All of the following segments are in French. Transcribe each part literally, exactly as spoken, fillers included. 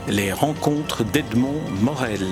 Les rencontres d'Edmond Morel.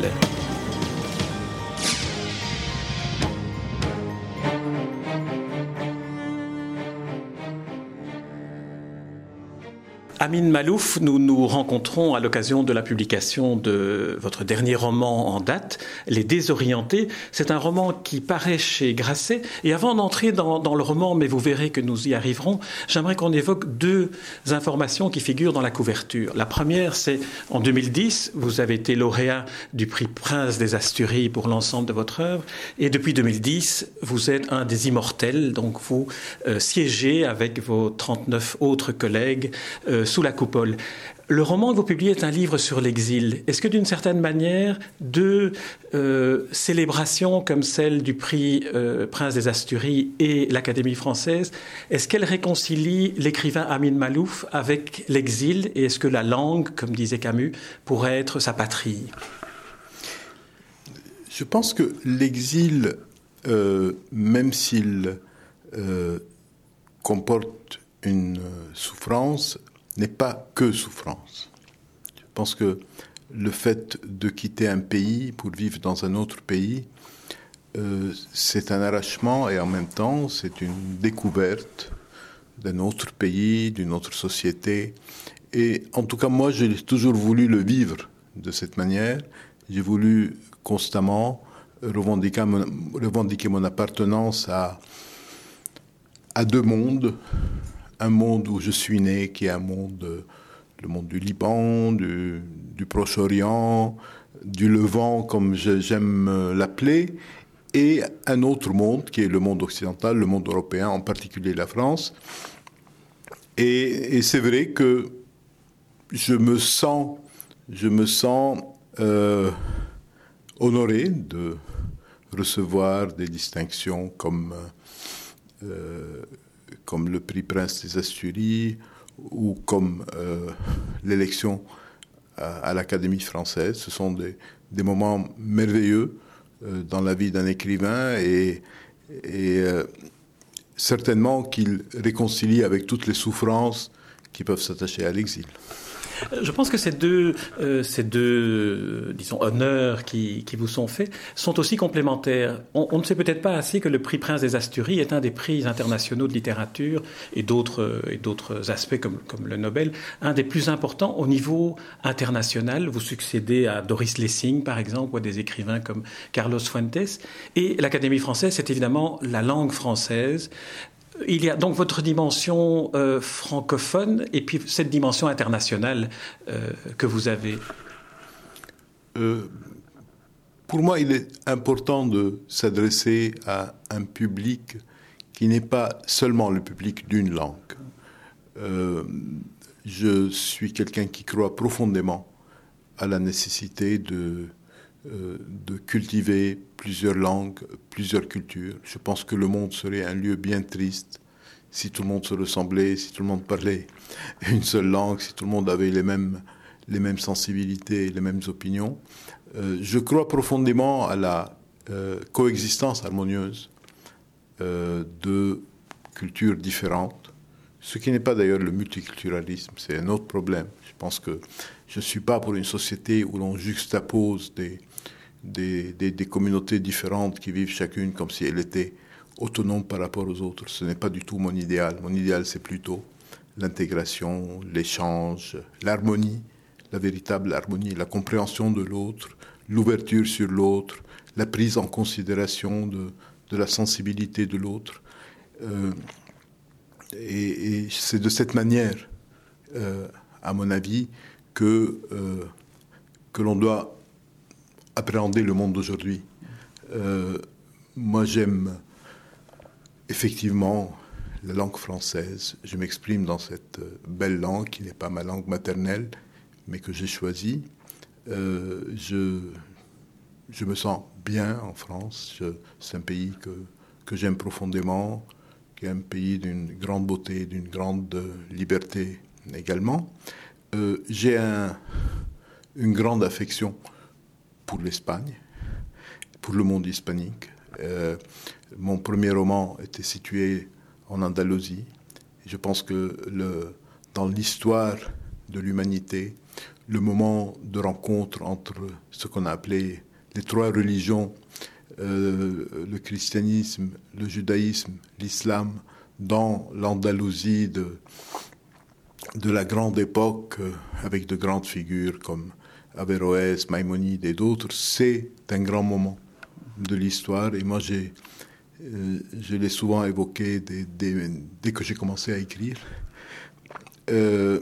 Amin Maalouf, nous nous rencontrons à l'occasion de la publication de votre dernier roman en date, Les Désorientés. C'est un roman qui paraît chez Grasset. Et avant d'entrer dans, dans le roman, mais vous verrez que nous y arriverons, j'aimerais qu'on évoque deux informations qui figurent dans la couverture. La première, c'est en deux mille dix, vous avez été lauréat du prix Prince des Asturies pour l'ensemble de votre œuvre. Et depuis deux mille dix, vous êtes un des immortels. Donc vous euh, siégez avec vos trente-neuf autres collègues euh, sous la coupole. Le roman que vous publiez est un livre sur l'exil. Est-ce que d'une certaine manière, deux euh, célébrations comme celle du prix euh, Prince des Asturies et l'Académie française, est-ce qu'elles réconcilient l'écrivain Amin Maalouf avec l'exil, et est-ce que la langue, comme disait Camus, pourrait être sa patrie? Je pense que l'exil, euh, même s'il euh, comporte une souffrance, n'est pas que souffrance. Je pense que le fait de quitter un pays pour vivre dans un autre pays, euh, c'est un arrachement et en même temps, c'est une découverte d'un autre pays, d'une autre société. Et en tout cas, moi, j'ai toujours voulu le vivre de cette manière. J'ai voulu constamment revendiquer mon, revendiquer mon appartenance à, à deux mondes. Un monde où je suis né, qui est un monde, le monde du Liban, du, du Proche-Orient, du Levant, comme je, j'aime l'appeler, et un autre monde, qui est le monde occidental, le monde européen, en particulier la France. Et, et c'est vrai que je me sens, je me sens euh, honoré de recevoir des distinctions comme euh, comme le prix Prince des Asturies ou comme euh, l'élection à, à l'Académie française. Ce sont des, des moments merveilleux euh, dans la vie d'un écrivain et, et euh, certainement qu'ils réconcilient avec toutes les souffrances qui peuvent s'attacher à l'exil. Je pense que ces deux, euh, ces deux, disons, honneurs qui, qui vous sont faits sont aussi complémentaires. On, on ne sait peut-être pas assez que le prix Prince des Asturies est un des prix internationaux de littérature et d'autres, et d'autres aspects comme, comme le Nobel, un des plus importants au niveau international. Vous succédez à Doris Lessing, par exemple, ou à des écrivains comme Carlos Fuentes. Et l'Académie française, c'est évidemment la langue française. Il y a donc votre dimension euh, francophone et puis cette dimension internationale euh, que vous avez. Euh, pour moi, il est important de s'adresser à un public qui n'est pas seulement le public d'une langue. Euh, je suis quelqu'un qui croit profondément à la nécessité de, euh, de cultiver plusieurs langues, plusieurs cultures. Je pense que le monde serait un lieu bien triste si tout le monde se ressemblait, si tout le monde parlait une seule langue, si tout le monde avait les mêmes, les mêmes sensibilités, les mêmes opinions. Euh, je crois profondément à la euh, coexistence harmonieuse euh, de cultures différentes, ce qui n'est pas d'ailleurs le multiculturalisme, c'est un autre problème. Je pense que je ne suis pas pour une société où l'on juxtapose des Des, des, des communautés différentes qui vivent chacune comme si elles étaient autonomes par rapport aux autres. Ce n'est pas du tout mon idéal. Mon idéal, c'est plutôt l'intégration, l'échange, l'harmonie, la véritable harmonie, la compréhension de l'autre, l'ouverture sur l'autre, la prise en considération de, de la sensibilité de l'autre. Euh, et, et c'est de cette manière, euh, à mon avis, que, euh, que l'on doit appréhender le monde d'aujourd'hui. Euh, moi, j'aime effectivement la langue française. Je m'exprime dans cette belle langue qui n'est pas ma langue maternelle, mais que j'ai choisie. Euh, je, je me sens bien en France. Je, c'est un pays que, que j'aime profondément, qui est un pays d'une grande beauté, d'une grande liberté également. Euh, j'ai un, une grande affection pour l'Espagne, pour le monde hispanique. Euh, mon premier roman était situé en Andalousie. Je pense que le, dans l'histoire de l'humanité, le moment de rencontre entre ce qu'on a appelé les trois religions, euh, le christianisme, le judaïsme, l'islam, dans l'Andalousie de, de la grande époque, euh, avec de grandes figures comme Averroès, Maïmonide et d'autres. C'est un grand moment de l'histoire, et moi j'ai, euh, je l'ai souvent évoqué dès, dès, dès que j'ai commencé à écrire. Euh,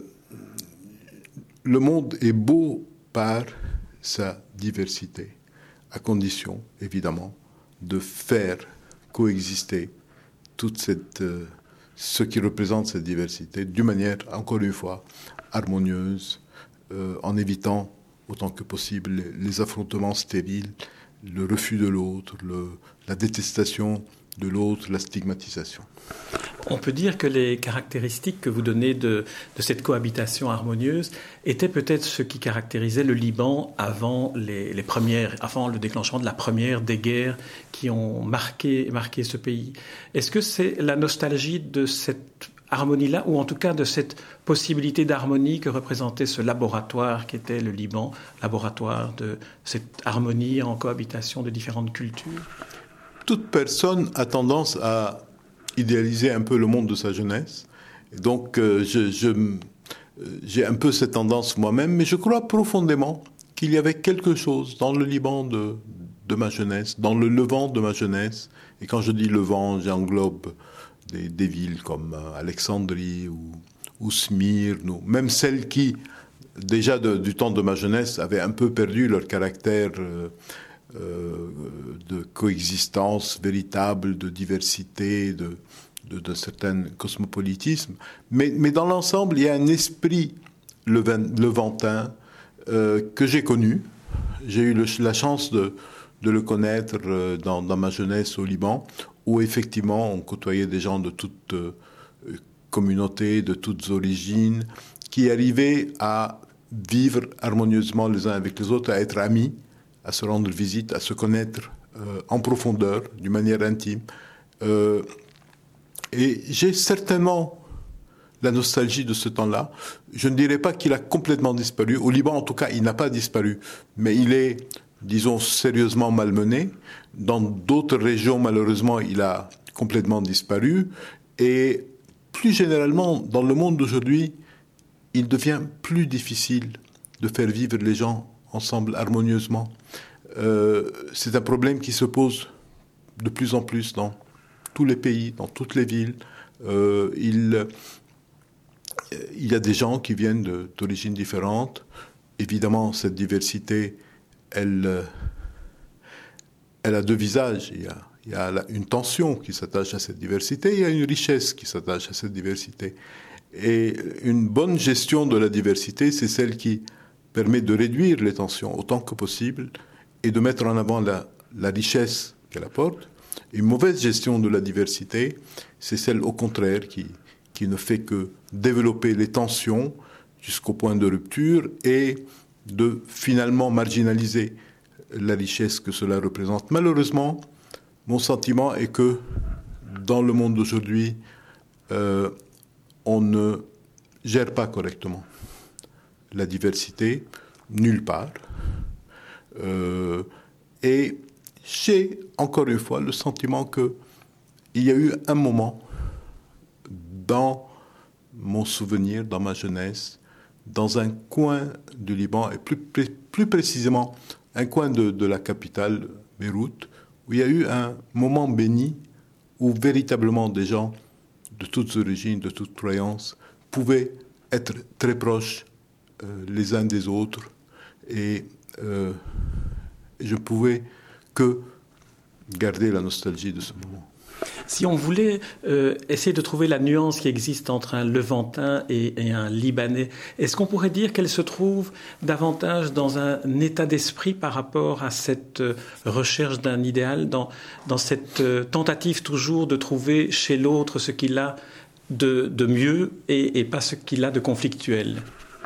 le monde est beau par sa diversité, à condition, évidemment, de faire coexister toute cette, euh, ce qui représente cette diversité d'une manière, encore une fois, harmonieuse, euh, en évitant autant que possible les, les affrontements stériles, le refus de l'autre, le, la détestation de l'autre, la stigmatisation. On peut dire que les caractéristiques que vous donnez de, de cette cohabitation harmonieuse étaient peut-être ce qui caractérisait le Liban avant, les, les premières, avant le déclenchement de la première des guerres qui ont marqué, marqué ce pays. Est-ce que c'est la nostalgie de cette harmonie-là, ou en tout cas de cette possibilité d'harmonie que représentait ce laboratoire qui était le Liban, laboratoire de cette harmonie en cohabitation de différentes cultures? Toute personne a tendance à idéaliser un peu le monde de sa jeunesse. Et donc, euh, je, je, j'ai un peu cette tendance moi-même, mais je crois profondément qu'il y avait quelque chose dans le Liban de, de ma jeunesse, dans le Levant de ma jeunesse. Et quand je dis Levant, j'englobe des, des villes comme Alexandrie ou, ou Smyrne, ou même celles qui, déjà de, du temps de ma jeunesse, avaient un peu perdu leur caractère euh, Euh, de coexistence véritable, de diversité, de, de, de certain cosmopolitisme. Mais, mais dans l'ensemble, il y a un esprit levantin euh, que j'ai connu. J'ai eu le, la chance de, de le connaître euh, dans, dans ma jeunesse au Liban, où effectivement on côtoyait des gens de toutes euh, communautés, de toutes origines, qui arrivaient à vivre harmonieusement les uns avec les autres, à être amis, à se rendre visite, à se connaître euh, en profondeur, d'une manière intime. Euh, et j'ai certainement la nostalgie de ce temps-là. Je ne dirais pas qu'il a complètement disparu. Au Liban, en tout cas, il n'a pas disparu. Mais il est, disons, sérieusement malmené. Dans d'autres régions, malheureusement, il a complètement disparu. Et plus généralement, dans le monde d'aujourd'hui, il devient plus difficile de faire vivre les gens ensemble harmonieusement. Euh, c'est un problème qui se pose de plus en plus dans tous les pays, dans toutes les villes. Euh, il, il y a des gens qui viennent de, d'origines différentes. Évidemment, cette diversité, elle, elle a deux visages. Il y a, il y a une tension qui s'attache à cette diversité, il y a une richesse qui s'attache à cette diversité. Et une bonne gestion de la diversité, c'est celle qui permet de réduire les tensions autant que possible et de mettre en avant la, la richesse qu'elle apporte. Une mauvaise gestion de la diversité, c'est celle au contraire qui, qui ne fait que développer les tensions jusqu'au point de rupture et de finalement marginaliser la richesse que cela représente. Malheureusement, mon sentiment est que dans le monde d'aujourd'hui, euh, on ne gère pas correctement la diversité, nulle part. Euh, et j'ai, encore une fois, le sentiment qu'il y a eu un moment dans mon souvenir, dans ma jeunesse, dans un coin du Liban, et plus, plus précisément un coin de, de la capitale, Beyrouth, où il y a eu un moment béni où véritablement des gens de toutes origines, de toutes croyances, pouvaient être très proches Euh, les uns des autres, et euh, je ne pouvais que garder la nostalgie de ce moment. Si on voulait euh, essayer de trouver la nuance qui existe entre un Levantin et, et un Libanais, est-ce qu'on pourrait dire qu'elle se trouve davantage dans un état d'esprit par rapport à cette euh, recherche d'un idéal, dans, dans cette euh, tentative toujours de trouver chez l'autre ce qu'il a de, de mieux et, et pas ce qu'il a de conflictuel?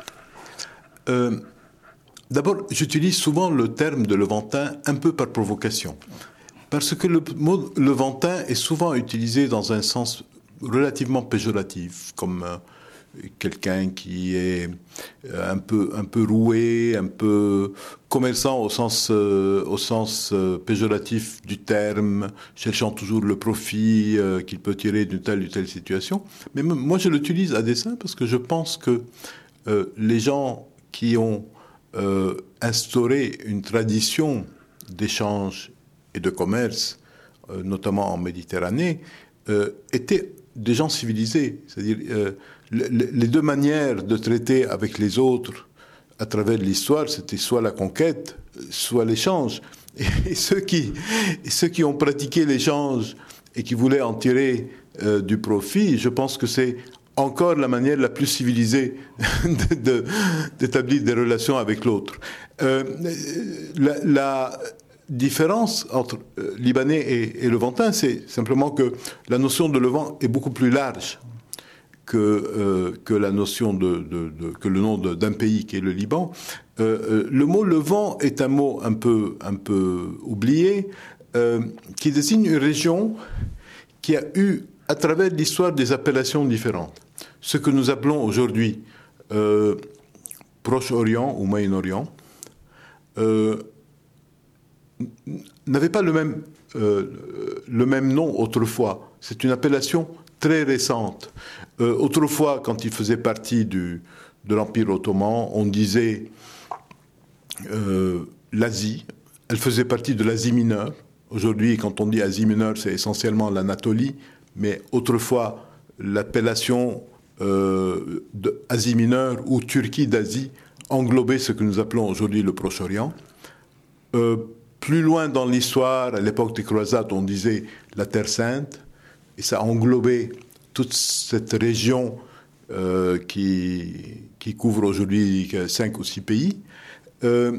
Euh, d'abord, j'utilise souvent le terme de Levantin un peu par provocation, parce que le mot Levantin est souvent utilisé dans un sens relativement péjoratif, comme quelqu'un qui est un peu, un peu roué, un peu commerçant au sens, euh, au sens euh, péjoratif du terme, cherchant toujours le profit euh, qu'il peut tirer d'une telle ou telle situation. Mais m- moi, je l'utilise à dessein parce que je pense que euh, les gens qui ont euh, instauré une tradition d'échange et de commerce, euh, notamment en Méditerranée, euh, étaient des gens civilisés. C'est-à-dire, euh, le, les deux manières de traiter avec les autres à travers l'histoire, c'était soit la conquête, soit l'échange. Et, et, ceux, qui, et ceux qui ont pratiqué l'échange et qui voulaient en tirer euh, du profit, je pense que c'est encore la manière la plus civilisée de, de, d'établir des relations avec l'autre. Euh, la, la différence entre euh, Libanais et, et Levantin, c'est simplement que la notion de Levant est beaucoup plus large que, euh, que la notion de, de, de que le nom de, d'un pays qui est le Liban. Euh, euh, le mot Levant est un mot un peu, un peu oublié, euh, qui désigne une région qui a eu, à travers l'histoire, des appellations différentes. Ce que nous appelons aujourd'hui euh, Proche-Orient ou Moyen-Orient euh, n'avait pas le même, euh, le même nom autrefois. C'est une appellation très récente. Euh, autrefois, quand il faisait partie du, de l'Empire ottoman, on disait euh, l'Asie. Elle faisait partie de l'Asie mineure. Aujourd'hui, quand on dit Asie mineure, c'est essentiellement l'Anatolie. Mais autrefois, l'appellation euh, d'Asie mineure ou Turquie d'Asie englobait ce que nous appelons aujourd'hui le Proche-Orient. Euh, plus loin dans l'histoire, à l'époque des croisades, on disait la Terre Sainte, et ça englobait toute cette région euh, qui, qui couvre aujourd'hui cinq ou six pays. Euh,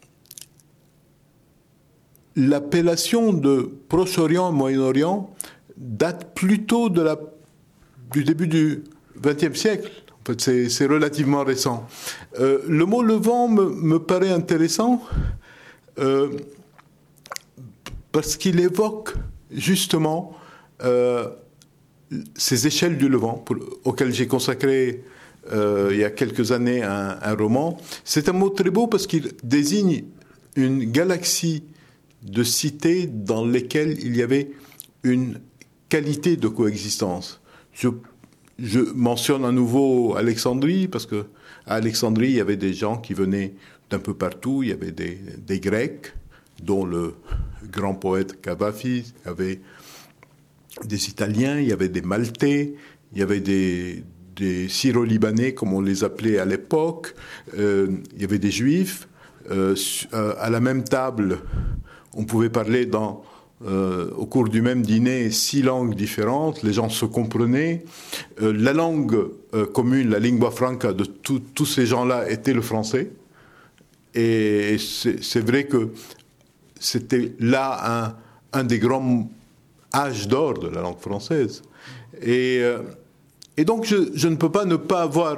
l'appellation de Proche-Orient, Moyen-Orient date plutôt de la, du début du vingtième siècle. En fait, c'est, c'est relativement récent. Euh, le mot Levant me, me paraît intéressant euh, parce qu'il évoque justement euh, ces échelles du Levant pour, auxquelles j'ai consacré euh, il y a quelques années un, un roman. C'est un mot très beau parce qu'il désigne une galaxie de cités dans lesquelles il y avait une qualité de coexistence. Je, je mentionne à nouveau Alexandrie, parce que à Alexandrie, il y avait des gens qui venaient d'un peu partout. Il y avait des, des Grecs, dont le grand poète Cavafis, il y avait des Italiens, il y avait des Maltais, il y avait des, des Syro-Libanais, comme on les appelait à l'époque, euh, il y avait des Juifs. Euh, à la même table, on pouvait parler dans, euh, au cours du même dîner six langues différentes, les gens se comprenaient. Euh, la langue euh, commune, la lingua franca de tous ces gens-là était le français. Et c'est, c'est vrai que c'était là un, un des grands âges d'or de la langue française. Et, euh, et donc je, je ne peux pas ne pas avoir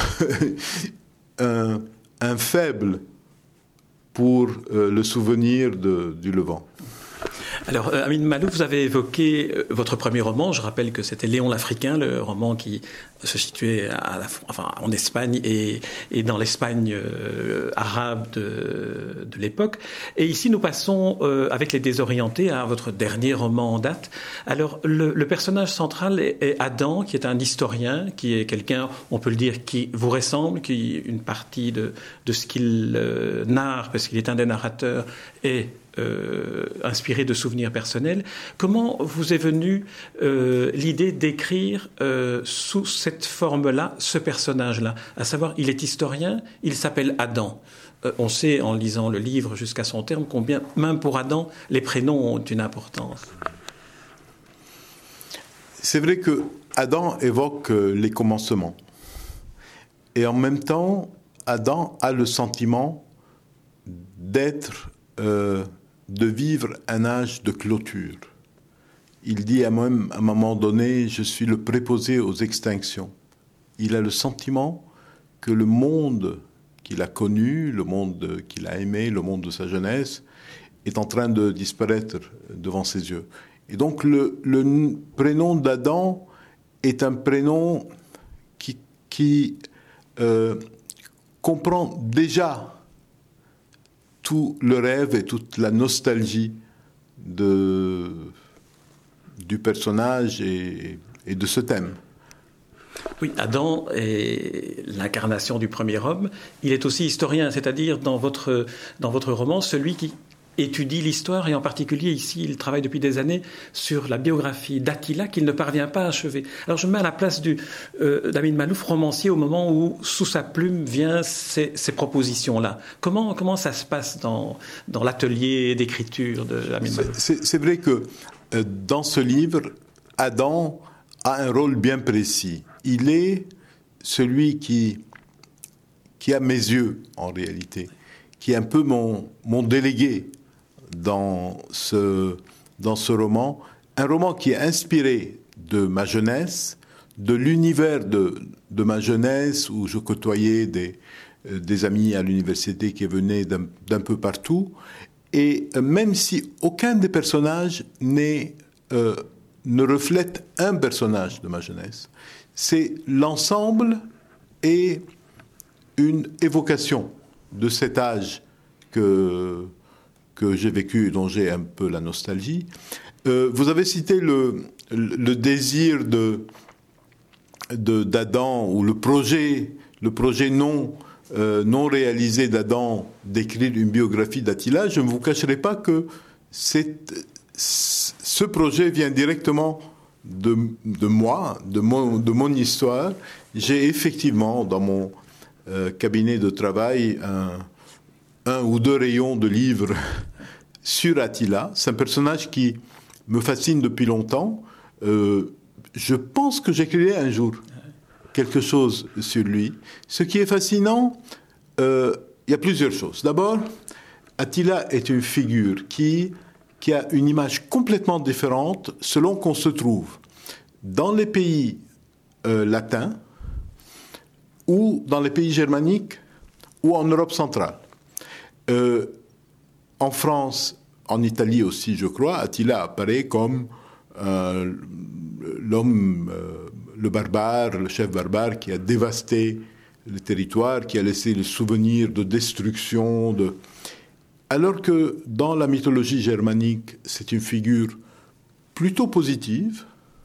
un, un faible pour euh, le souvenir de, du Levant. Alors, euh, Amin Maalouf, vous avez évoqué euh, votre premier roman. Je rappelle que c'était Léon l'Africain, le roman qui se situait à la, enfin, en Espagne et, et dans l'Espagne euh, arabe de, de l'époque. Et ici, nous passons, euh, avec Les Désorientés, à votre dernier roman en date. Alors, le, le personnage central est, est Adam, qui est un historien, qui est quelqu'un, on peut le dire, qui vous ressemble, qui une partie de, de ce qu'il euh, narre, parce qu'il est un des narrateurs, est Euh, inspiré de souvenirs personnels. Comment vous est venue euh, l'idée d'écrire euh, sous cette forme-là ce personnage-là? À savoir, il est historien, il s'appelle Adam. Euh, on sait, en lisant le livre jusqu'à son terme, combien, même pour Adam, les prénoms ont une importance. C'est vrai que Adam évoque les commencements. Et en même temps, Adam a le sentiment d'être... Euh, de vivre un âge de clôture. Il dit à même, à un moment donné, je suis le préposé aux extinctions. Il a le sentiment que le monde qu'il a connu, le monde qu'il a aimé, le monde de sa jeunesse, est en train de disparaître devant ses yeux. Et donc le, le prénom d'Adam est un prénom qui, qui euh, comprend déjà tout le rêve et toute la nostalgie de, du personnage et, et de ce thème. Oui, Adam est l'incarnation du premier homme. Il est aussi historien, c'est-à-dire dans votre, dans votre roman, celui qui étudie l'histoire, et en particulier ici, il travaille depuis des années sur la biographie d'Attila qu'il ne parvient pas à achever. Alors je me mets à la place du, euh, d'Amin Maalouf, romancier, au moment où, sous sa plume, viennent ces, ces propositions-là. Comment, comment ça se passe dans, dans l'atelier d'écriture d'Amin Maalouf ? C'est, c'est vrai que euh, dans ce livre, Adam a un rôle bien précis. Il est celui qui, qui a mes yeux, en réalité, qui est un peu mon, mon délégué dans ce, dans ce roman. Un roman qui est inspiré de ma jeunesse, de l'univers de, de ma jeunesse, où je côtoyais des, euh, des amis à l'université qui venaient d'un, d'un peu partout. Et euh, même si aucun des personnages n'est, euh, ne reflète un personnage de ma jeunesse, c'est l'ensemble et une évocation de cet âge que, que j'ai vécu et dont j'ai un peu la nostalgie. Euh, vous avez cité le, le désir de, de, d'Adam, ou le projet, le projet non, euh, non réalisé d'Adam d'écrire une biographie d'Attila. Je ne vous cacherai pas que c'est, ce projet vient directement de, de moi, de mon, de mon histoire. J'ai effectivement, dans mon euh, cabinet de travail, un, un ou deux rayons de livres sur Attila. C'est un personnage qui me fascine depuis longtemps. Euh, je pense que j'écrirai un jour quelque chose sur lui. Ce qui est fascinant, euh, il y a plusieurs choses. D'abord, Attila est une figure qui, qui a une image complètement différente selon qu'on se trouve dans les pays euh, latins ou dans les pays germaniques ou en Europe centrale. Euh, en France, en Italie aussi, je crois, Attila apparaît comme euh, l'homme, euh, le barbare, le chef barbare qui a dévasté le territoire, qui a laissé le souvenir de destruction. De... Alors que dans la mythologie germanique, c'est une figure plutôt positive.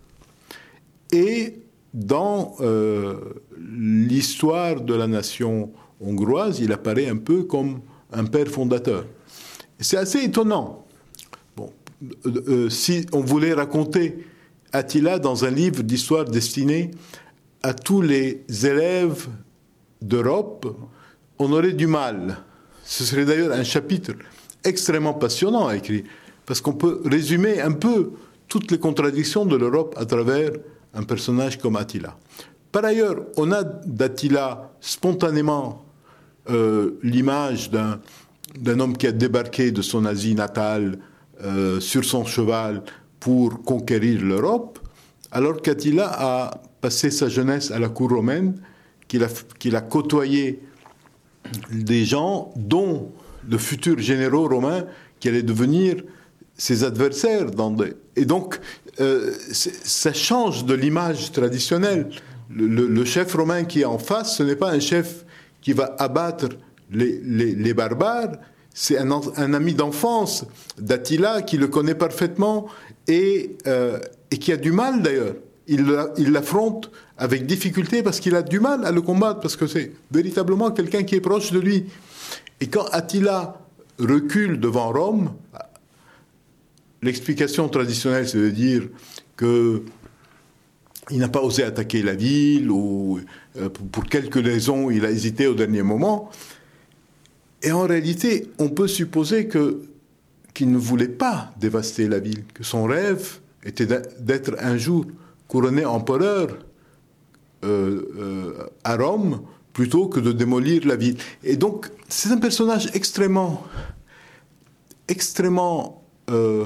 Et dans euh, l'histoire de la nation hongroise, il apparaît un peu comme un père fondateur. C'est assez étonnant. Bon, euh, euh, si on voulait raconter Attila dans un livre d'histoire destiné à tous les élèves d'Europe, on aurait du mal. Ce serait d'ailleurs un chapitre extrêmement passionnant à écrire, parce qu'on peut résumer un peu toutes les contradictions de l'Europe à travers un personnage comme Attila. Par ailleurs, on a d'Attila spontanément euh, l'image d'un, d'un homme qui a débarqué de son Asie natale euh, sur son cheval pour conquérir l'Europe, alors qu'Attila a passé sa jeunesse à la cour romaine, qu'il a, qu'il a côtoyé des gens, dont de futurs généraux romains qui allaient devenir ses adversaires. Dans des... Et donc, euh, ça change de l'image traditionnelle. Le, le, le chef romain qui est en face, ce n'est pas un chef qui va abattre les, les, les barbares, c'est un, un ami d'enfance d'Attila qui le connaît parfaitement et, euh, et qui a du mal d'ailleurs. Il, il l'affronte avec difficulté parce qu'il a du mal à le combattre, parce que c'est véritablement quelqu'un qui est proche de lui. Et quand Attila recule devant Rome, l'explication traditionnelle, c'est de dire qu'il n'a pas osé attaquer la ville, ou euh, pour quelques raisons, il a hésité au dernier moment. Et en réalité, on peut supposer que, qu'il ne voulait pas dévaster la ville, que son rêve était d'être un jour couronné empereur euh, euh, à Rome, plutôt que de démolir la ville. Et donc, c'est un personnage extrêmement, extrêmement euh,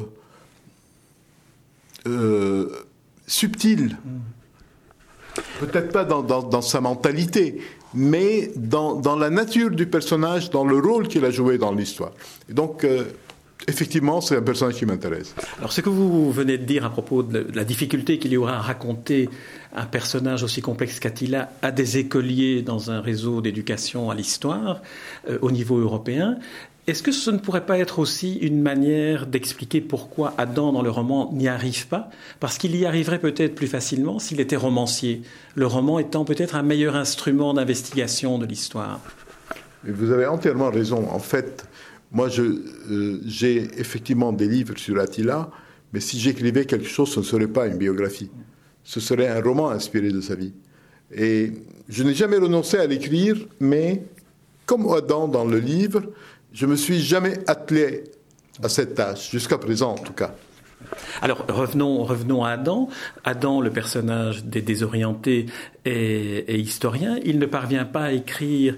euh, subtil. Peut-être pas dans, dans, dans sa mentalité, mais dans, dans la nature du personnage, dans le rôle qu'il a joué dans l'histoire. Et donc, euh, Effectivement, c'est un personnage qui m'intéresse. Alors, ce que vous venez de dire à propos de la difficulté qu'il y aura à raconter un personnage aussi complexe qu'Attila à des écoliers dans un réseau d'éducation à l'histoire euh, au niveau européen, est-ce que ce ne pourrait pas être aussi une manière d'expliquer pourquoi Adam, dans le roman, n'y arrive pas? Parce qu'il y arriverait peut-être plus facilement s'il était romancier, le roman étant peut-être un meilleur instrument d'investigation de l'histoire. Et vous avez entièrement raison. En fait, moi, je, euh, j'ai effectivement des livres sur Attila, mais si j'écrivais quelque chose, ce ne serait pas une biographie. Ce serait un roman inspiré de sa vie. Et je n'ai jamais renoncé à l'écrire, mais comme Adam dans le livre, je ne me suis jamais attelé à cette tâche, jusqu'à présent en tout cas. Alors revenons, revenons à Adam. Adam, le personnage des désorientés, est, est historien. Il ne parvient pas à écrire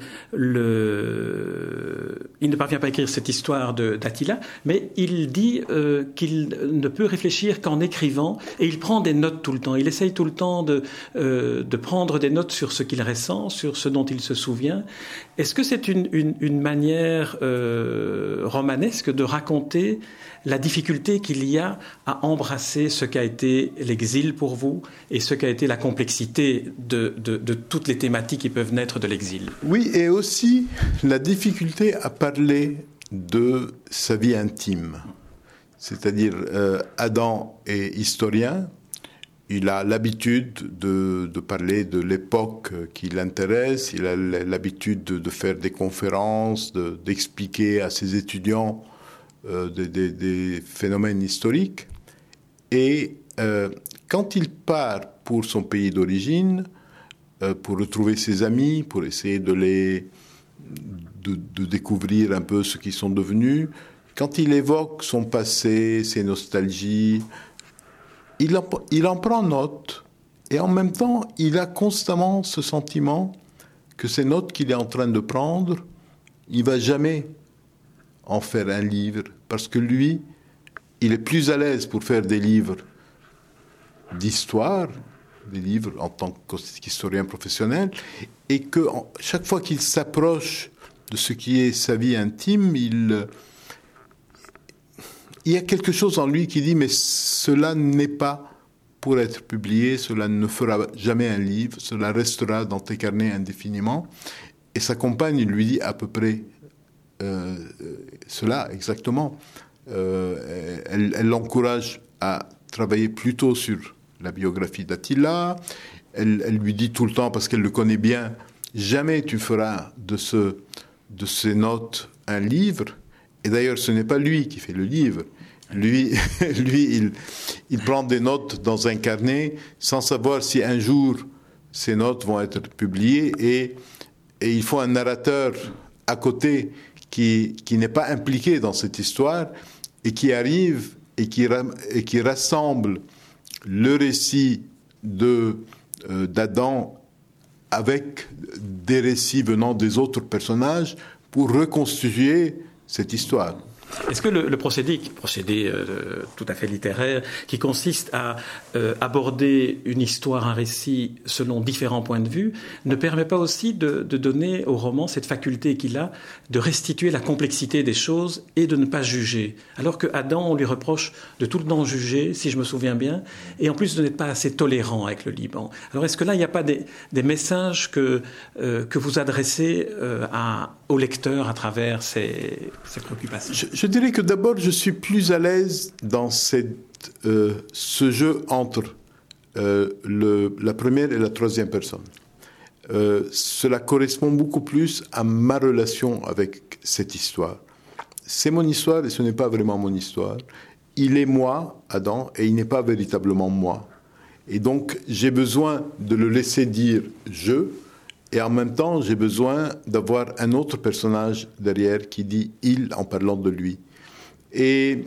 le, il ne parvient pas à écrire cette histoire de, d'Attila, mais il dit euh, qu'il ne peut réfléchir qu'en écrivant, et il prend des notes tout le temps. Il essaye tout le temps de, euh, de prendre des notes sur ce qu'il ressent, sur ce dont il se souvient. Est-ce que c'est une, une, une manière euh, romanesque de raconter la difficulté qu'il y a à embrasser ce qu'a été l'exil pour vous et ce qu'a été la complexité de, de, de toutes les thématiques qui peuvent naître de l'exil? Oui, et aussi la difficulté à parler de sa vie intime. C'est-à-dire, euh, Adam est historien, il a l'habitude de, de parler de l'époque qui l'intéresse, il a l'habitude de, de faire des conférences, de, d'expliquer à ses étudiants euh, des, des, des phénomènes historiques. Et euh, quand il part pour son pays d'origine, euh, pour retrouver ses amis, pour essayer de les de, de découvrir un peu ce qu'ils sont devenus, quand il évoque son passé, ses nostalgies, il en, il en prend note, et en même temps, il a constamment ce sentiment que ces notes qu'il est en train de prendre, il va jamais en faire un livre, parce que lui, il est plus à l'aise pour faire des livres d'histoire, des livres en tant qu'historien professionnel, et que chaque fois qu'il s'approche de ce qui est sa vie intime, il, il y a quelque chose en lui qui dit « mais cela n'est pas pour être publié, cela ne fera jamais un livre, cela restera dans tes carnets indéfiniment ». Et sa compagne lui dit à peu près euh, cela exactement. Euh, elle, elle l'encourage à travailler plutôt sur la biographie d'Attila. Elle, elle lui dit tout le temps, parce qu'elle le connaît bien, jamais tu feras de, ce, de ces notes un livre. Et d'ailleurs, ce n'est pas lui qui fait le livre. Lui, lui il, il prend des notes dans un carnet sans savoir si un jour ces notes vont être publiées. Et, et il faut un narrateur à côté qui, qui n'est pas impliqué dans cette histoire et qui arrive et qui, et qui rassemble le récit de, euh, d'Adam avec des récits venant des autres personnages pour reconstituer cette histoire. Est-ce que le, le procédé, procédé euh, tout à fait littéraire, qui consiste à euh, aborder une histoire, un récit selon différents points de vue, ne permet pas aussi de, de donner au roman cette faculté qu'il a de restituer la complexité des choses et de ne pas juger? Alors que Adam, on lui reproche de tout le temps juger, si je me souviens bien, et en plus de n'être pas assez tolérant avec le Liban. Alors est-ce que là, il n'y a pas des, des messages que, euh, que vous adressez euh, à, au lecteur à travers ces, ces préoccupations? Je, je dirais que d'abord, je suis plus à l'aise dans cette, euh, ce jeu entre euh, le, la première et la troisième personne. Euh, cela correspond beaucoup plus à ma relation avec cette histoire. C'est mon histoire et ce n'est pas vraiment mon histoire. Il est moi, Adam, et il n'est pas véritablement moi. Et donc, j'ai besoin de le laisser dire « je », et en même temps, j'ai besoin d'avoir un autre personnage derrière qui dit « il » en parlant de lui. Et,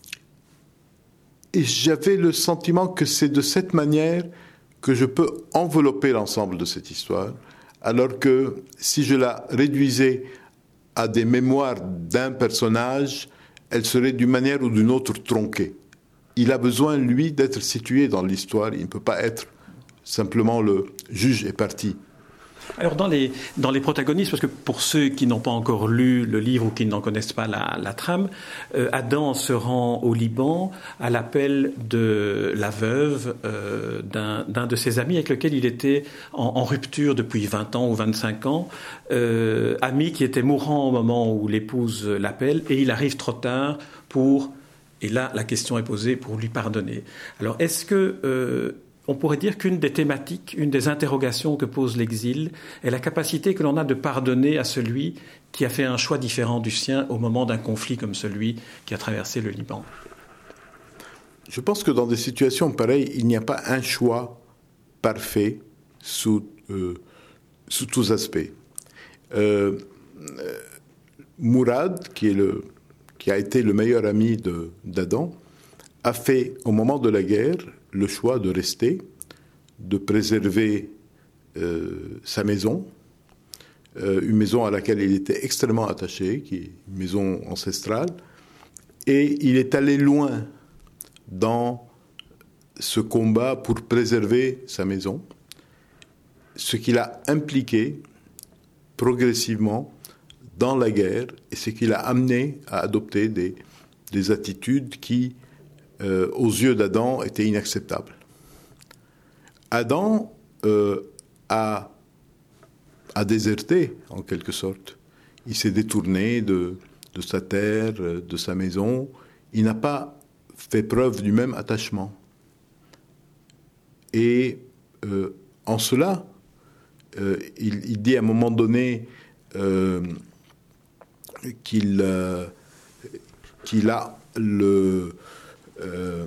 et j'avais le sentiment que c'est de cette manière que je peux envelopper l'ensemble de cette histoire, alors que si je la réduisais à des mémoires d'un personnage, elle serait d'une manière ou d'une autre tronquée. Il a besoin, lui, d'être situé dans l'histoire. Il ne peut pas être simplement le juge et parti. Alors dans les, dans les protagonistes, parce que pour ceux qui n'ont pas encore lu le livre ou qui n'en connaissent pas la, la trame, euh, Adam se rend au Liban à l'appel de la veuve euh, d'un, d'un de ses amis avec lequel il était en, en rupture depuis vingt ans ou vingt-cinq ans, euh, ami qui était mourant au moment où l'épouse l'appelle, et il arrive trop tard pour, et là la question est posée, pour lui pardonner. Alors est-ce que... Euh, on pourrait dire qu'une des thématiques, une des interrogations que pose l'exil est la capacité que l'on a de pardonner à celui qui a fait un choix différent du sien au moment d'un conflit comme celui qui a traversé le Liban. Je pense que dans des situations pareilles, il n'y a pas un choix parfait sous, euh, sous tous aspects. Euh, Mourad, qui, est le, qui a été le meilleur ami de, d'Adam, a fait, au moment de la guerre, le choix de rester, de préserver euh, sa maison, euh, une maison à laquelle il était extrêmement attaché, qui est une maison ancestrale, et il est allé loin dans ce combat pour préserver sa maison, ce qui l'a impliqué progressivement dans la guerre et ce qui l'a amené à adopter des, des attitudes qui, Euh, aux yeux d'Adam, était inacceptable. Adam euh, a, a déserté, en quelque sorte. Il s'est détourné de, de sa terre, de sa maison. Il n'a pas fait preuve du même attachement. Et euh, en cela, euh, il, il dit à un moment donné euh, qu'il, euh, qu'il a le... Euh,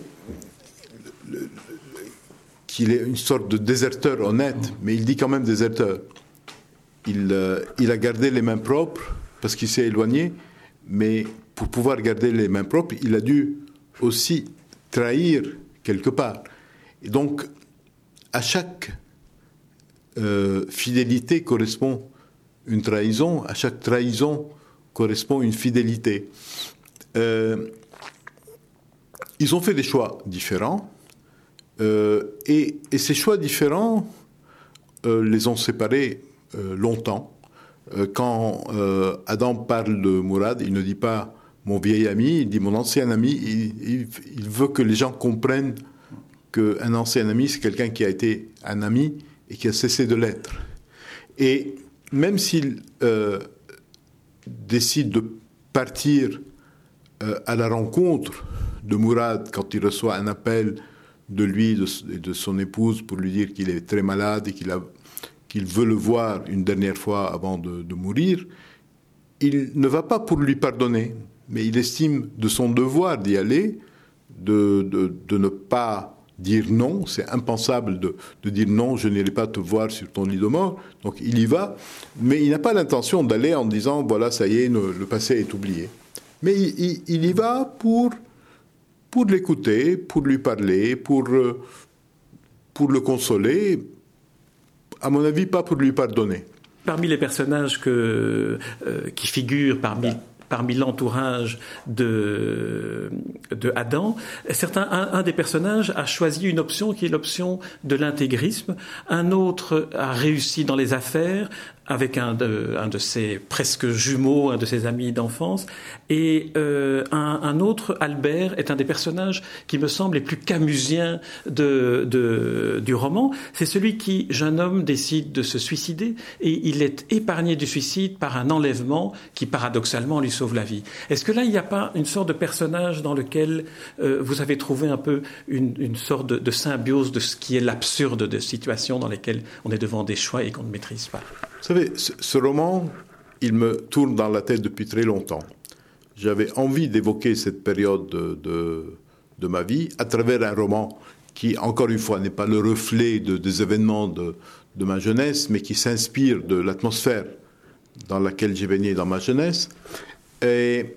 le, le, qu'il est une sorte de déserteur honnête, mais il dit quand même déserteur. Il, euh, il a gardé les mains propres parce qu'il s'est éloigné, mais pour pouvoir garder les mains propres, il a dû aussi trahir quelque part. Et donc, à chaque euh, fidélité correspond une trahison, à chaque trahison correspond une fidélité. Euh, Ils ont fait des choix différents, euh, et, et ces choix différents euh, les ont séparés euh, longtemps. Euh, quand euh, Adam parle de Mourad, il ne dit pas « mon vieil ami », il dit « mon ancien ami ». Il, il, il veut que les gens comprennent qu'un ancien ami, c'est quelqu'un qui a été un ami et qui a cessé de l'être. Et même s'il euh, décide de partir euh, à la rencontre de Mourad, quand il reçoit un appel de lui et de, de son épouse pour lui dire qu'il est très malade et qu'il, a, qu'il veut le voir une dernière fois avant de, de mourir, il ne va pas pour lui pardonner, mais il estime de son devoir d'y aller, de, de, de ne pas dire non. C'est impensable de, de dire non, je n'irai pas te voir sur ton lit de mort. Donc il y va, mais il n'a pas l'intention d'aller en disant voilà, ça y est, le, le passé est oublié. Mais il, il, il y va pour... pour l'écouter, pour lui parler, pour, pour le consoler, à mon avis, pas pour lui pardonner. Parmi les personnages que, euh, qui figurent parmi, parmi l'entourage de, de Adam, certains, un, un des personnages a choisi une option qui est l'option de l'intégrisme, un autre a réussi dans les affaires, avec un de, un de ses presque jumeaux, un de ses amis d'enfance, et euh, un, un autre, Albert, est un des personnages qui me semble les plus camusiens de, de, du roman. C'est celui qui, jeune homme, décide de se suicider, et il est épargné du suicide par un enlèvement qui, paradoxalement, lui sauve la vie. Est-ce que là, il n'y a pas une sorte de personnage dans lequel euh, vous avez trouvé un peu une, une sorte de, de symbiose de ce qui est l'absurde de situations dans lesquelles on est devant des choix et qu'on ne maîtrise pas? Vous savez, ce, ce roman, il me tourne dans la tête depuis très longtemps. J'avais envie d'évoquer cette période de, de, de ma vie à travers un roman qui, encore une fois, n'est pas le reflet de, des événements de, de ma jeunesse, mais qui s'inspire de l'atmosphère dans laquelle j'ai baigné dans ma jeunesse. Et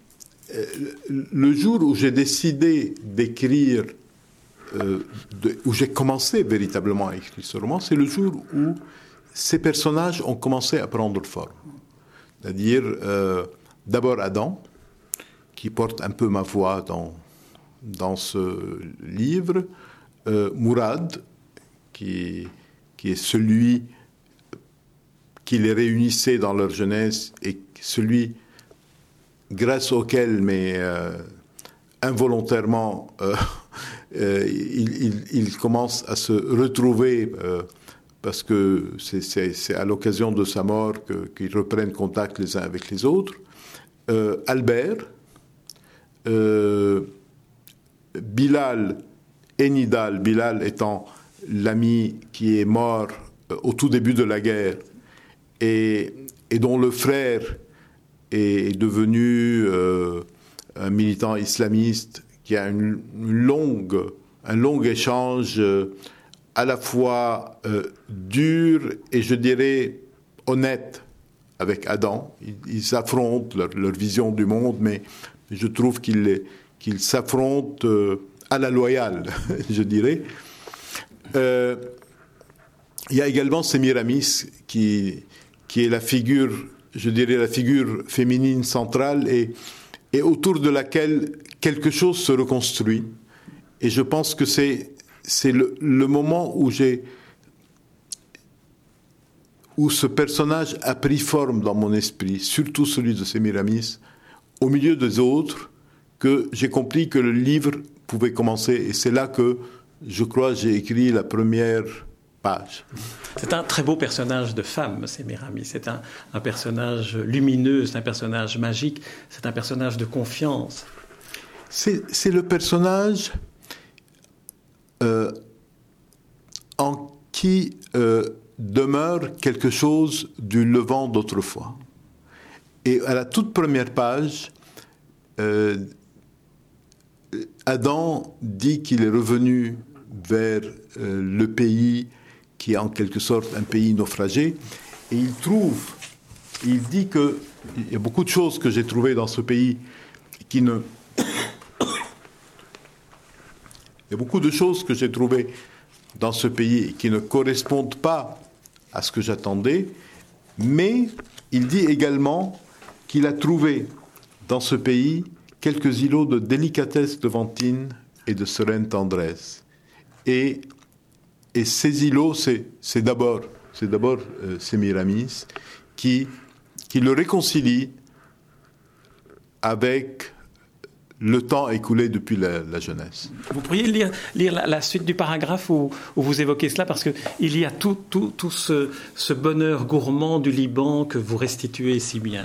le jour où j'ai décidé d'écrire, euh, de, où j'ai commencé véritablement à écrire ce roman, c'est le jour où ces personnages ont commencé à prendre forme. C'est-à-dire, euh, d'abord Adam, qui porte un peu ma voix dans, dans ce livre, euh, Mourad, qui, qui est celui qui les réunissait dans leur jeunesse et celui grâce auquel, mais euh, involontairement, euh, euh, ils, ils, ils commencent à se retrouver euh, parce que c'est, c'est, c'est à l'occasion de sa mort que, qu'ils reprennent contact les uns avec les autres. Euh, Albert, euh, Bilal et Nidal, Bilal étant l'ami qui est mort euh, au tout début de la guerre et, et dont le frère est devenu euh, un militant islamiste qui a une, une longue, un long échange euh, à la fois euh, dur et je dirais honnête avec Adam. Ils, ils affrontent leur, leur vision du monde, mais je trouve qu'ils, qu'ils s'affrontent euh, à la loyale, je dirais. Euh, il y a également Sémiramis qui, qui est la figure, je dirais la figure féminine centrale et, et autour de laquelle quelque chose se reconstruit. Et je pense que c'est, c'est le, le moment où j'ai, où ce personnage a pris forme dans mon esprit, surtout celui de Sémiramis, au milieu des autres, que j'ai compris que le livre pouvait commencer. Et c'est là que, je crois, j'ai écrit la première page. C'est un très beau personnage de femme, Sémiramis. C'est un, un personnage lumineux, c'est un personnage magique, c'est un personnage de confiance. C'est, c'est le personnage euh, en qui euh, demeure quelque chose du Levant d'autrefois. Et à la toute première page, euh, Adam dit qu'il est revenu vers euh, le pays qui est en quelque sorte un pays naufragé, et il trouve, il dit que il y a beaucoup de choses que j'ai trouvées dans ce pays qui ne... Il y a beaucoup de choses que j'ai trouvées dans ce pays qui ne correspondent pas à ce que j'attendais, mais il dit également qu'il a trouvé dans ce pays quelques îlots de délicatesse levantine et de sereine tendresse. Et, et ces îlots, c'est, c'est d'abord, c'est d'abord euh, Sémiramis qui, qui le réconcilie avec le temps écoulé depuis la, la jeunesse. Vous pourriez lire, lire la, la suite du paragraphe où, où vous évoquez cela, parce qu'il y a tout, tout, tout ce, ce bonheur gourmand du Liban que vous restituez si bien.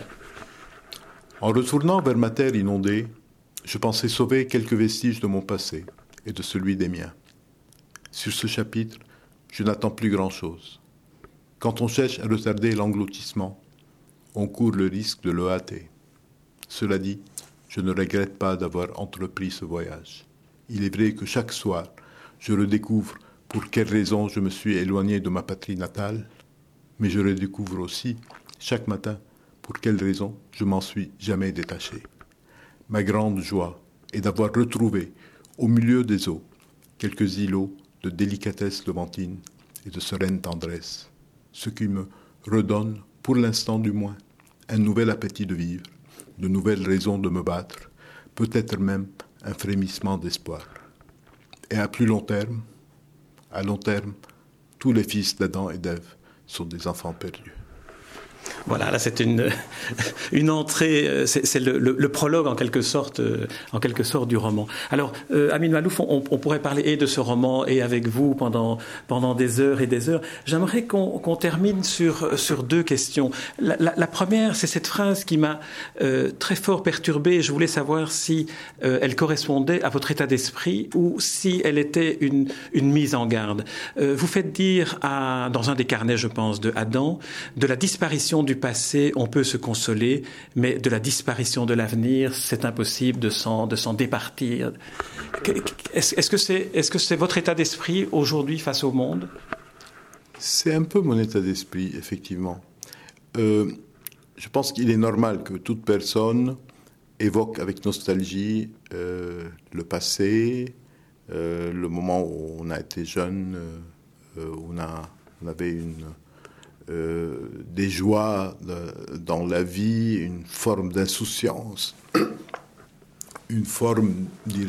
En retournant vers ma terre inondée, je pensais sauver quelques vestiges de mon passé et de celui des miens. Sur ce chapitre, je n'attends plus grand-chose. Quand on cherche à retarder l'engloutissement, on court le risque de le hâter. Cela dit, je ne regrette pas d'avoir entrepris ce voyage. Il est vrai que chaque soir, je redécouvre pour quelles raisons je me suis éloigné de ma patrie natale, mais je redécouvre aussi, chaque matin, pour quelles raisons je m'en suis jamais détaché. Ma grande joie est d'avoir retrouvé, au milieu des eaux, quelques îlots de délicatesse levantine et de sereine tendresse, ce qui me redonne, pour l'instant du moins, un nouvel appétit de vivre, de nouvelles raisons de me battre, peut-être même un frémissement d'espoir. Et à plus long terme, à long terme, tous les fils d'Adam et d'Ève sont des enfants perdus. Voilà, là c'est une, une entrée, c'est, c'est le, le, le prologue en quelque sorte, en quelque sorte du roman. Alors, euh, Amin Maalouf, on, on pourrait parler et de ce roman et avec vous pendant, pendant des heures et des heures. J'aimerais qu'on, qu'on termine sur, sur deux questions. La, la, la première, c'est cette phrase qui m'a euh, très fort perturbée. Je voulais savoir si euh, elle correspondait à votre état d'esprit ou si elle était une, une mise en garde. Euh, vous faites dire, à, dans un des carnets, je pense, de Adam, de la disparition du passé, on peut se consoler, mais de la disparition de l'avenir, c'est impossible de s'en, de s'en départir. Est-ce, est-ce que c'est, est-ce que c'est votre état d'esprit aujourd'hui face au monde ? C'est un peu mon état d'esprit, effectivement. Euh, je pense qu'il est normal que toute personne évoque avec nostalgie euh, le passé, euh, le moment où on a été jeune, euh, où on, a, on avait une... Euh, des joies de, dans la vie, une forme d'insouciance, une forme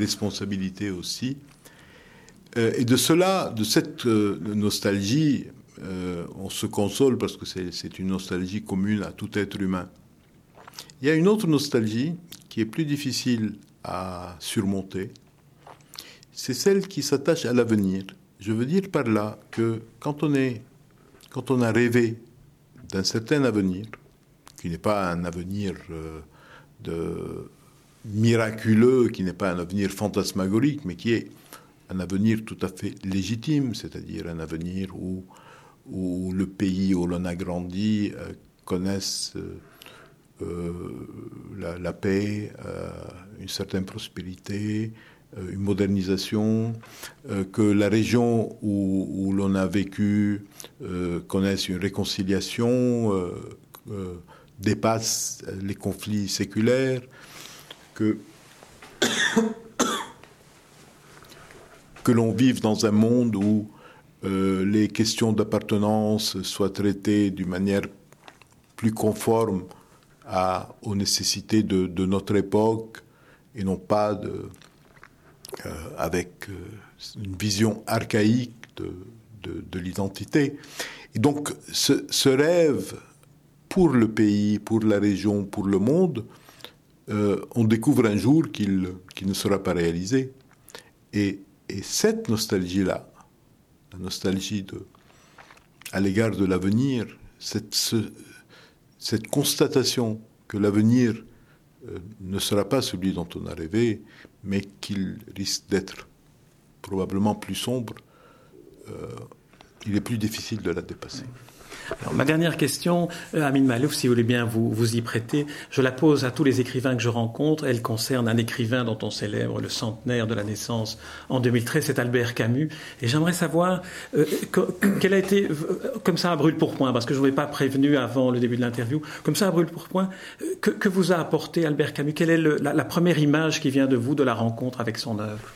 d'irresponsabilité aussi. Euh, et de cela, de cette euh, nostalgie, euh, on se console parce que c'est, c'est une nostalgie commune à tout être humain. Il y a une autre nostalgie qui est plus difficile à surmonter. C'est celle qui s'attache à l'avenir. Je veux dire par là que quand on est, quand on a rêvé d'un certain avenir, qui n'est pas un avenir euh, de miraculeux, qui n'est pas un avenir fantasmagorique, mais qui est un avenir tout à fait légitime, c'est-à-dire un avenir où, où le pays où l'on a grandi euh, connaisse euh, euh, la, la paix, euh, une certaine prospérité, euh, une modernisation, euh, que la région où, où l'on a vécu euh, connaisse une réconciliation, euh, euh, dépasse les conflits séculaires, que que l'on vive dans un monde où euh, les questions d'appartenance soient traitées d'une manière plus conforme à, aux nécessités de, de notre époque et non pas de, euh, avec euh, une vision archaïque de, de, de l'identité. Et donc ce, ce rêve pour le pays, pour la région, pour le monde, euh, on découvre un jour qu'il, qu'il ne sera pas réalisé. Et Et cette nostalgie-là, la nostalgie de, à l'égard de l'avenir, cette, ce, cette constatation que l'avenir euh, ne sera pas celui dont on a rêvé, mais qu'il risque d'être probablement plus sombre, euh, il est plus difficile de la dépasser. Alors, ma dernière question, Amin Maalouf, si vous voulez bien vous, vous y prêter, je la pose à tous les écrivains que je rencontre. Elle concerne un écrivain dont on célèbre le centenaire de la naissance en deux mille treize, c'est Albert Camus. Et j'aimerais savoir euh, quel a été, comme ça à brûle-pourpoint, parce que je ne vous ai pas prévenu avant le début de l'interview, comme ça à brûle-pourpoint, que, que vous a apporté Albert Camus? Quelle est le, la, la première image qui vient de vous de la rencontre avec son œuvre?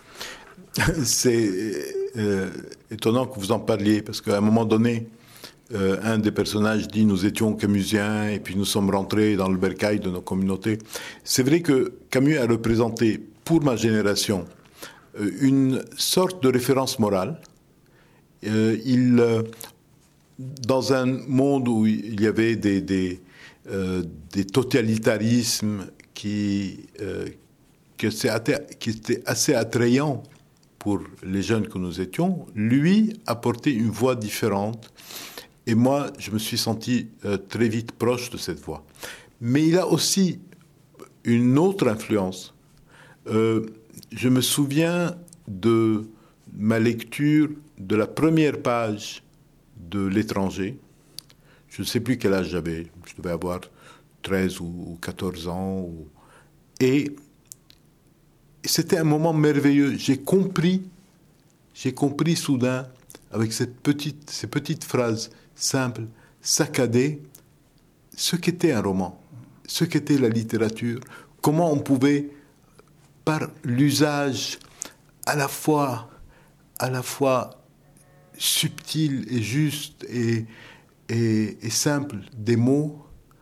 C'est euh, étonnant que vous en parliez, parce qu'à un moment donné, Euh, un des personnages dit « nous étions camusiens et puis nous sommes rentrés dans le bercail de nos communautés ». C'est vrai que Camus a représenté pour ma génération euh, une sorte de référence morale. Euh, il, euh, dans un monde où il y avait des, des, euh, des totalitarismes qui, euh, qui, qui étaient assez attrayants pour les jeunes que nous étions, lui apportait une voix différente. Et moi, je me suis senti euh, très vite proche de cette voix. Mais il a aussi une autre influence. Euh, je me souviens de ma lecture de la première page de L'Étranger. Je ne sais plus quel âge j'avais. Je devais avoir treize ou quatorze ans. Ou... Et c'était un moment merveilleux. J'ai compris, j'ai compris soudain, avec cette petite, ces petites phrases simple, saccadé, ce qu'était un roman, ce qu'était la littérature, comment on pouvait, par l'usage à la fois, à la fois subtil et juste et, et, et simple des mots,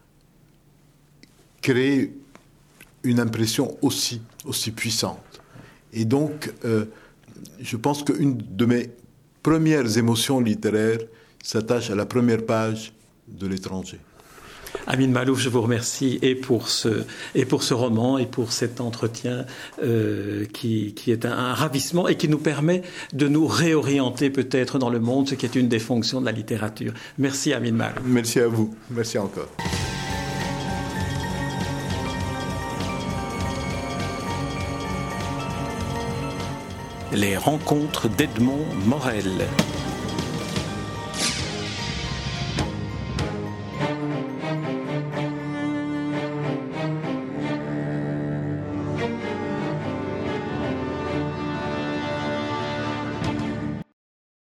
créer une impression aussi, aussi puissante. Et donc, euh, je pense qu'une de mes premières émotions littéraires s'attache à la première page de L'Étranger. Amin Maalouf, je vous remercie et pour ce, et pour ce roman et pour cet entretien euh, qui, qui est un, un ravissement et qui nous permet de nous réorienter peut-être dans le monde, ce qui est une des fonctions de la littérature. Merci Amin Maalouf. Merci à vous. Merci encore. Les rencontres d'Edmond Morel.